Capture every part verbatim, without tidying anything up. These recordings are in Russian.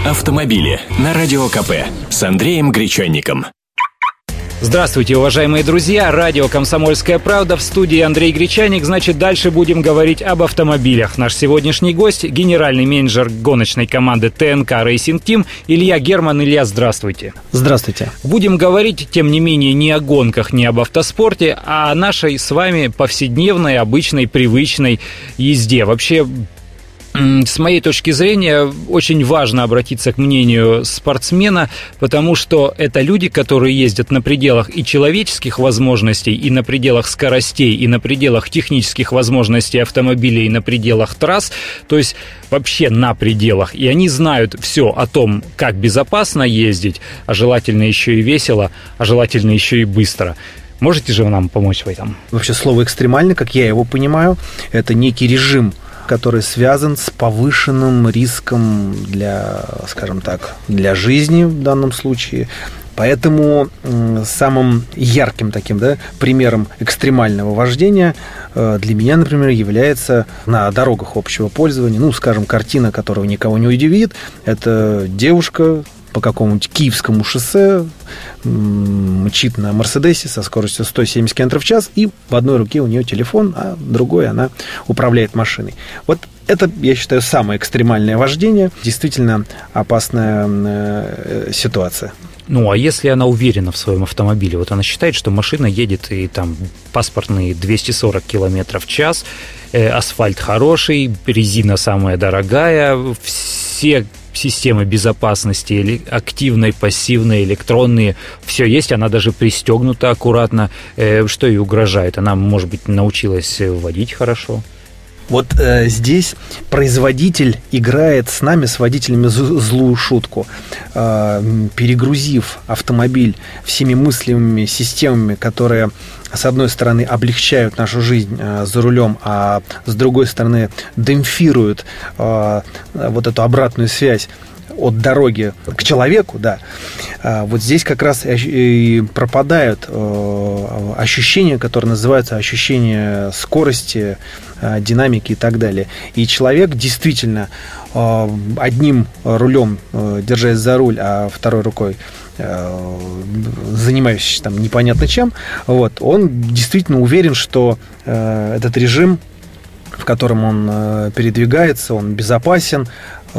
Автомобили на Радио ка пэ с Андреем Гречанником. Здравствуйте, уважаемые друзья! Радио «Комсомольская правда», в студии Андрей Гречанник. Значит, дальше будем говорить об автомобилях. Наш сегодняшний гость — генеральный менеджер гоночной команды ТНК Racing Team Илья Герман. Илья, здравствуйте. Здравствуйте. Будем говорить, тем не менее, не о гонках, не об автоспорте, а о нашей с вами повседневной, обычной, привычной езде. Вообще, с моей точки зрения, очень важно обратиться к мнению спортсмена, потому что это люди, которые ездят на пределах и человеческих возможностей, и на пределах скоростей, и на пределах технических возможностей автомобилей, и на пределах трасс, то есть вообще на пределах. И они знают все о том, как безопасно ездить, а желательно еще и весело, а желательно еще и быстро. Можете же вы нам помочь в этом? Вообще слово «экстремальный», как я его понимаю, это некий режим, который связан с повышенным риском для, скажем так, для жизни в данном случае. Поэтому самым ярким таким, да, примером экстремального вождения для меня, например, является на дорогах общего пользования, ну, скажем, картина, которая никого не удивит, это девушка по какому-нибудь Киевскому шоссе мчит на Мерседесе со скоростью сто семьдесят километров в час, и в одной руке у нее телефон, а в другой она управляет машиной. Вот это, я считаю, самое экстремальное вождение, действительно опасная э, ситуация. Ну, а если она уверена в своем автомобиле, вот она считает, что машина едет и там паспортные двести сорок километров в час, э, асфальт хороший, резина самая дорогая, все системы безопасности, активной, пассивной, электронные, все есть, она даже пристегнута аккуратно, э, что ей угрожает? Она, может быть, научилась водить хорошо? Вот э, здесь производитель играет с нами, с водителями, злую шутку. Э, перегрузив автомобиль всеми мыслимыми системами, которые, с одной стороны, облегчают нашу жизнь э, за рулем, а с другой стороны, демпфируют э, вот эту обратную связь от дороги к человеку, да, вот здесь как раз и пропадают ощущения, которые называются ощущения скорости, динамики и так далее. И человек действительно одним рулем, держась за руль, а второй рукой занимающийся там непонятно чем, вот, он действительно уверен, что этот режим, в котором он передвигается, он безопасен,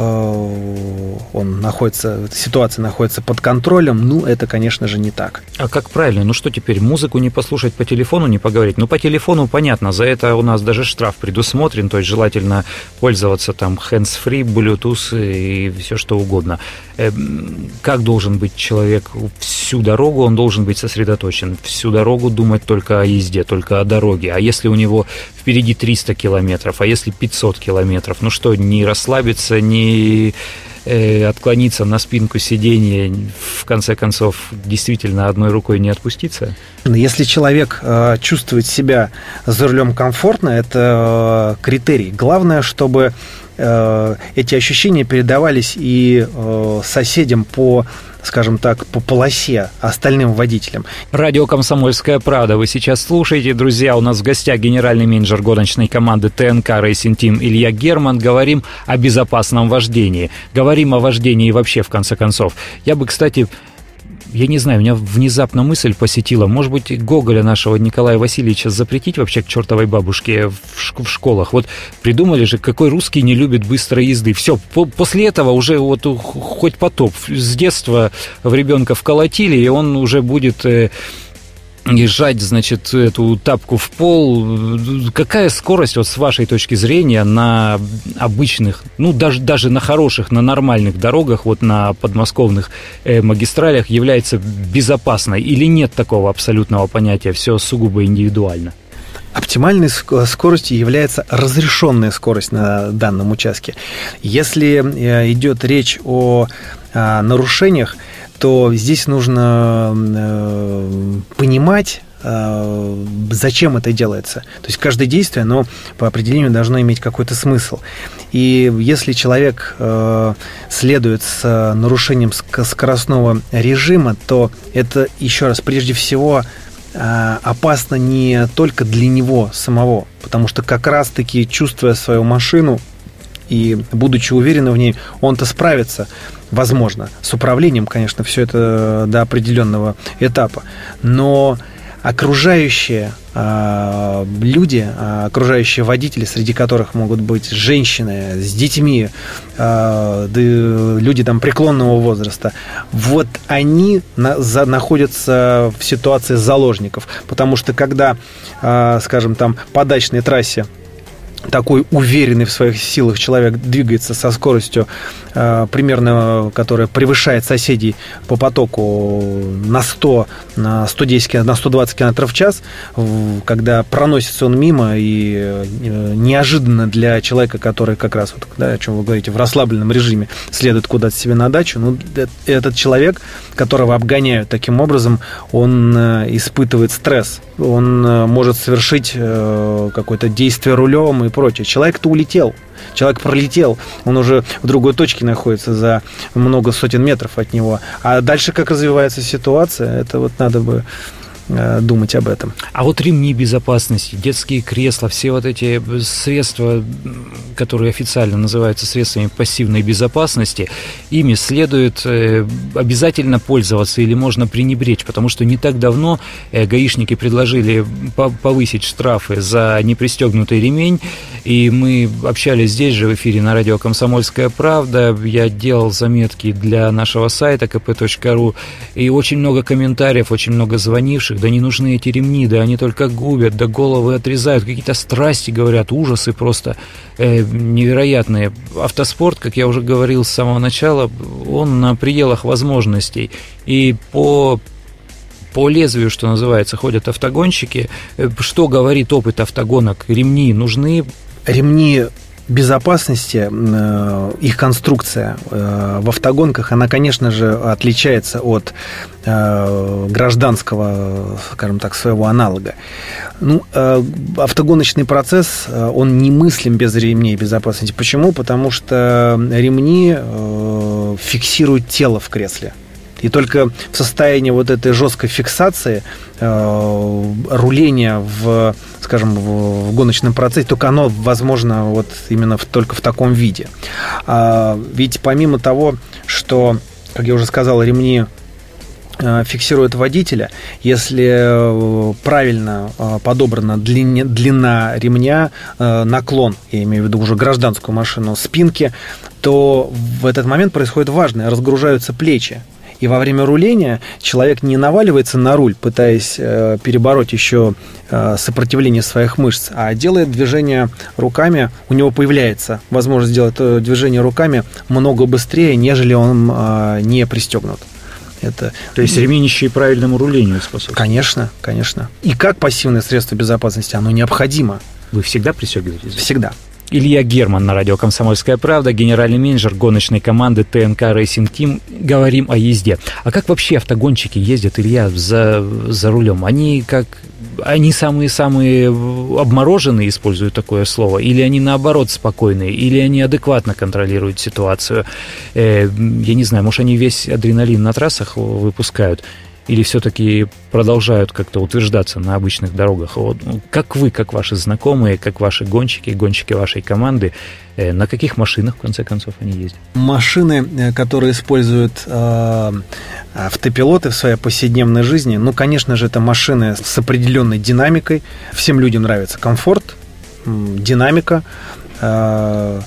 он находится, ситуация находится под контролем, ну, это, конечно же, не так. А как правильно? Ну, что теперь, музыку не послушать, по телефону не поговорить? Ну, по телефону понятно, за это у нас даже штраф предусмотрен, то есть желательно пользоваться там hands-free, Bluetooth и все что угодно. Как должен быть человек всю дорогу? Он должен быть сосредоточен, всю дорогу думать только о езде, только о дороге. А если у него впереди триста километров, а если пятьсот километров, ну что, не расслабиться, не и э, отклониться на спинку сиденья, в конце концов, действительно одной рукой не отпуститься? Если человек э, чувствует себя за рулем комфортно, это э, критерий. Главное, чтобы э, эти ощущения передавались и э, соседям по, скажем так, по полосе, остальным водителям. Радио «Комсомольская правда». Вы сейчас слушаете, друзья. У нас в гостях генеральный менеджер гоночной команды ТНК Racing Team Илья Герман. Говорим о безопасном вождении. Говорим о вождении вообще, в конце концов. Я бы, кстати... Я не знаю, у меня внезапно мысль посетила. Может быть, Гоголя нашего Николая Васильевича запретить вообще к чертовой бабушке в школах? Вот придумали же, какой русский не любит быстрой езды. Все, по- после этого уже вот хоть потоп. С детства в ребенка вколотили, и он уже будет... Э- и сжать, значит, эту тапку в пол. Какая скорость, вот с вашей точки зрения, на обычных, ну, даже, даже на хороших, на нормальных дорогах, вот на подмосковных э, магистралях является безопасной? Или нет такого абсолютного понятия, все сугубо индивидуально? Оптимальной скоростью является разрешенная скорость на данном участке. Если идет речь о нарушениях, то здесь нужно э, понимать, э, зачем это делается. То есть каждое действие, оно по определению должно иметь какой-то смысл. И если человек э, следует с нарушением скоростного режима, то это, еще раз, прежде всего, э, опасно не только для него самого, потому что как раз-таки, чувствуя свою машину, и будучи уверенным в ней, он-то справится возможно. С управлением, конечно, все это до определенного этапа. Но окружающие э, люди, э, окружающие водители, среди которых могут быть женщины с детьми, э, да, люди там преклонного возраста, вот они на, за, находятся в ситуации заложников. Потому что когда, э, скажем, там по дачной трассе такой уверенный в своих силах человек двигается со скоростью, э, примерно, которая превышает соседей по потоку на сто, на сто десять, на сто двадцать километров в час, когда проносится он мимо, и э, неожиданно для человека, который как раз, вот, да, о чем вы говорите, в расслабленном режиме следует куда-то себе на дачу, ну, этот человек, которого обгоняют таким образом, он э, испытывает стресс, он э, может совершить э, какое-то действие рулем и прочее. Человек-то улетел, человек пролетел, он уже в другой точке находится за много сотен метров от него. А дальше как развивается ситуация, это вот надо бы думать об этом. А вот ремни безопасности, детские кресла, все вот эти средства, которые официально называются средствами пассивной безопасности, ими следует обязательно пользоваться или можно пренебречь, потому что не так давно гаишники предложили повысить штрафы за непристегнутый ремень, и мы общались здесь же в эфире на радио «Комсомольская правда», я делал заметки для нашего сайта ка пэ точка ру, и очень много комментариев, очень много звонивших: да не нужны эти ремни, да они только губят, да головы отрезают, какие-то страсти, говорят, ужасы просто э, невероятные. Автоспорт, как я уже говорил с самого начала, он на пределах возможностей, и по по лезвию, что называется, ходят автогонщики. Что говорит опыт автогонок? Ремни нужны? Ремни безопасности, их конструкция в автогонках, она, конечно же, отличается от гражданского, скажем так, своего аналога. Ну, автогоночный процесс, он немыслим без ремней безопасности. Почему? Потому что ремни фиксируют тело в кресле. И только в состоянии вот этой жесткой фиксации э, руления в, скажем, в, в гоночном процессе, только оно возможно вот именно в, только в таком виде. А, ведь помимо того, что, как я уже сказал, ремни э, фиксируют водителя, если правильно э, подобрана длине, длина ремня, э, наклон, я имею в виду уже гражданскую машину, спинки, то в этот момент происходит важное, разгружаются плечи. И во время руления человек не наваливается на руль, пытаясь э, перебороть еще э, сопротивление своих мышц, а делает движение руками, у него появляется возможность сделать движение руками много быстрее, нежели он э, не пристегнут. Это... То есть ремень еще и правильному рулению способствует? Конечно, конечно. И как пассивное средство безопасности, оно необходимо. Вы всегда пристегиваетесь? Всегда. Илья Герман на радио «Комсомольская правда», генеральный менеджер гоночной команды ТНК Racing Team. Говорим о езде. А как вообще автогонщики ездят, Илья, за, за рулем? Они как... Они самые-самые обмороженные, используют такое слово, или они наоборот спокойные, или они адекватно контролируют ситуацию? Э, я не знаю, может, они весь адреналин на трассах выпускают? Или все-таки продолжают как-то утверждаться на обычных дорогах? Вот, как вы, как ваши знакомые, как ваши гонщики, гонщики вашей команды, э, на каких машинах, в конце концов, они ездят? Машины, которые используют э, автопилоты в своей повседневной жизни, ну, конечно же, это машины с определенной динамикой. Всем людям нравится комфорт, динамика, э,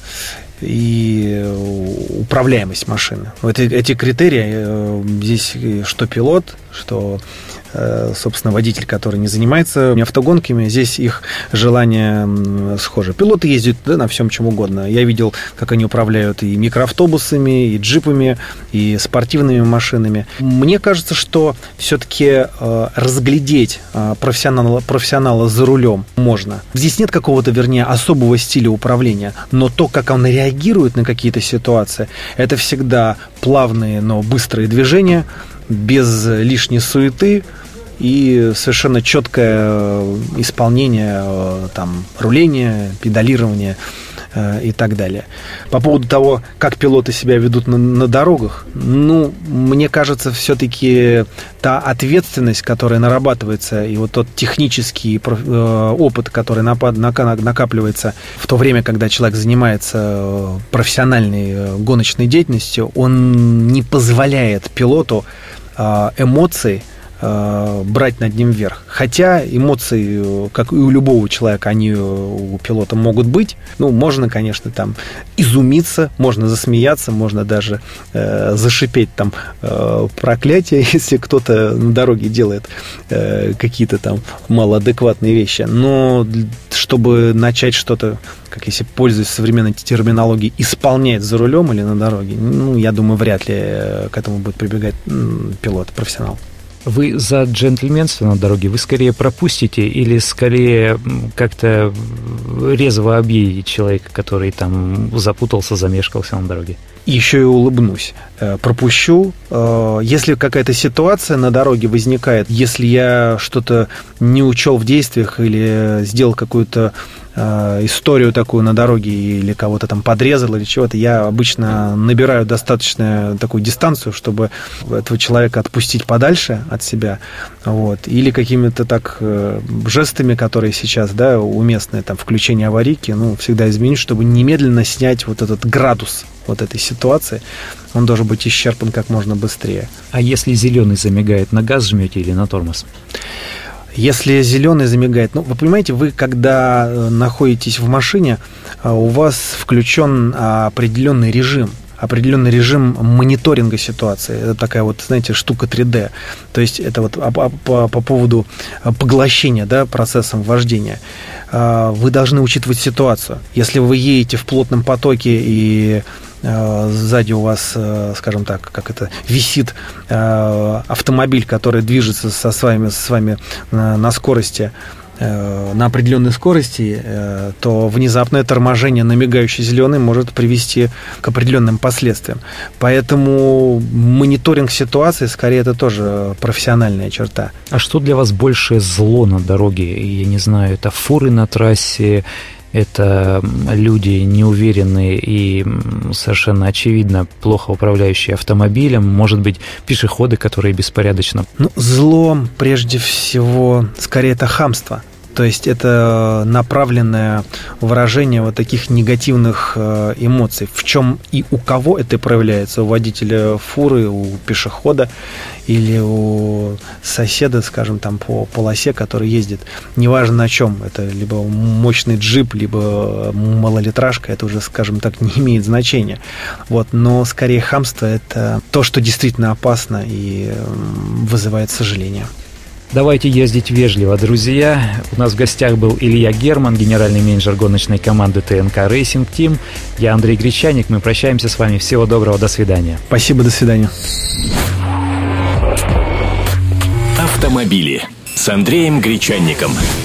и управляемость машины. Вот эти критерии, здесь что пилот, что, собственно, водитель, который не занимается автогонками, здесь их желания схожи. Пилоты ездят, да, на всем чем угодно. Я видел, как они управляют и микроавтобусами, и джипами, и спортивными машинами. Мне кажется, что все-таки разглядеть профессионала, профессионала за рулем можно. Здесь нет какого-то, вернее, особого стиля управления, но то, как он реагирует на какие-то ситуации, это всегда плавные, но быстрые движения, без лишней суеты и совершенно четкое исполнение там, руления, педалирования. э, и так далее. По поводу того, как пилоты себя ведут на, на дорогах, ну, мне кажется, все-таки та ответственность, которая нарабатывается, и вот тот технический э, опыт, который напад, накапливается в то время, когда человек занимается профессиональной гоночной деятельностью, он не позволяет пилоту э, эмоций брать над ним верх. Хотя эмоции, как и у любого человека, они у пилота могут быть. Ну, можно, конечно, там изумиться, можно засмеяться, можно даже э, зашипеть там э, проклятие, если кто-то на дороге делает э, какие-то там малоадекватные вещи. Но чтобы начать что-то, как если пользуясь современной терминологией, исполнять за рулем или на дороге, ну, я думаю, вряд ли к этому будет прибегать пилот, профессионал. Вы за джентльменство на дороге? Вы скорее пропустите или скорее как-то резво объедете человека, который там запутался, замешкался на дороге? Еще и улыбнусь. Пропущу. Если какая-то ситуация на дороге возникает, если я что-то не учел в действиях или сделал какую-то историю такую на дороге или кого-то там подрезал или чего-то, я обычно набираю достаточно такую дистанцию, чтобы этого человека отпустить подальше от себя, вот, или какими-то так жестами, которые сейчас, да, уместны, там, включение аварийки, ну, всегда изменить, чтобы немедленно снять вот этот градус вот этой ситуации, он должен быть исчерпан как можно быстрее. А если зеленый замигает, на газ жмете или на тормоз? Если зеленый замигает, ну, вы понимаете, вы, когда находитесь в машине, у вас включен определенный режим, определенный режим мониторинга ситуации. Это такая вот, знаете, штука три дэ. То есть это вот по, по, по поводу поглощения, да, процессом вождения. Вы должны учитывать ситуацию. Если вы едете в плотном потоке и сзади у вас, скажем так, как это, висит автомобиль, который движется со с вами, с вами на скорости, на определенной скорости, то внезапное торможение на мигающий зеленый может привести к определенным последствиям. Поэтому мониторинг ситуации, скорее, это тоже профессиональная черта. А что для вас большее зло на дороге? Я не знаю, это фуры на трассе, это люди неуверенные и совершенно очевидно плохо управляющие автомобилем, может быть, пешеходы, которые беспорядочно... Ну, зло, прежде всего, скорее, это хамство. То есть это направленное выражение вот таких негативных эмоций. В чем и у кого это проявляется? У водителя фуры, у пешехода или у соседа, скажем, там по полосе, который ездит. Неважно на чем. Это либо мощный джип, либо малолитражка. Это уже, скажем так, не имеет значения. Вот. Но скорее хамство – это то, что действительно опасно и вызывает сожаление. Давайте ездить вежливо, друзья. У нас в гостях был Илья Герман, генеральный менеджер гоночной команды ТНК Racing Team. Я Андрей Гречаник. Мы прощаемся с вами. Всего доброго. До свидания. Спасибо. До свидания. Автомобили с Андреем Гречанником.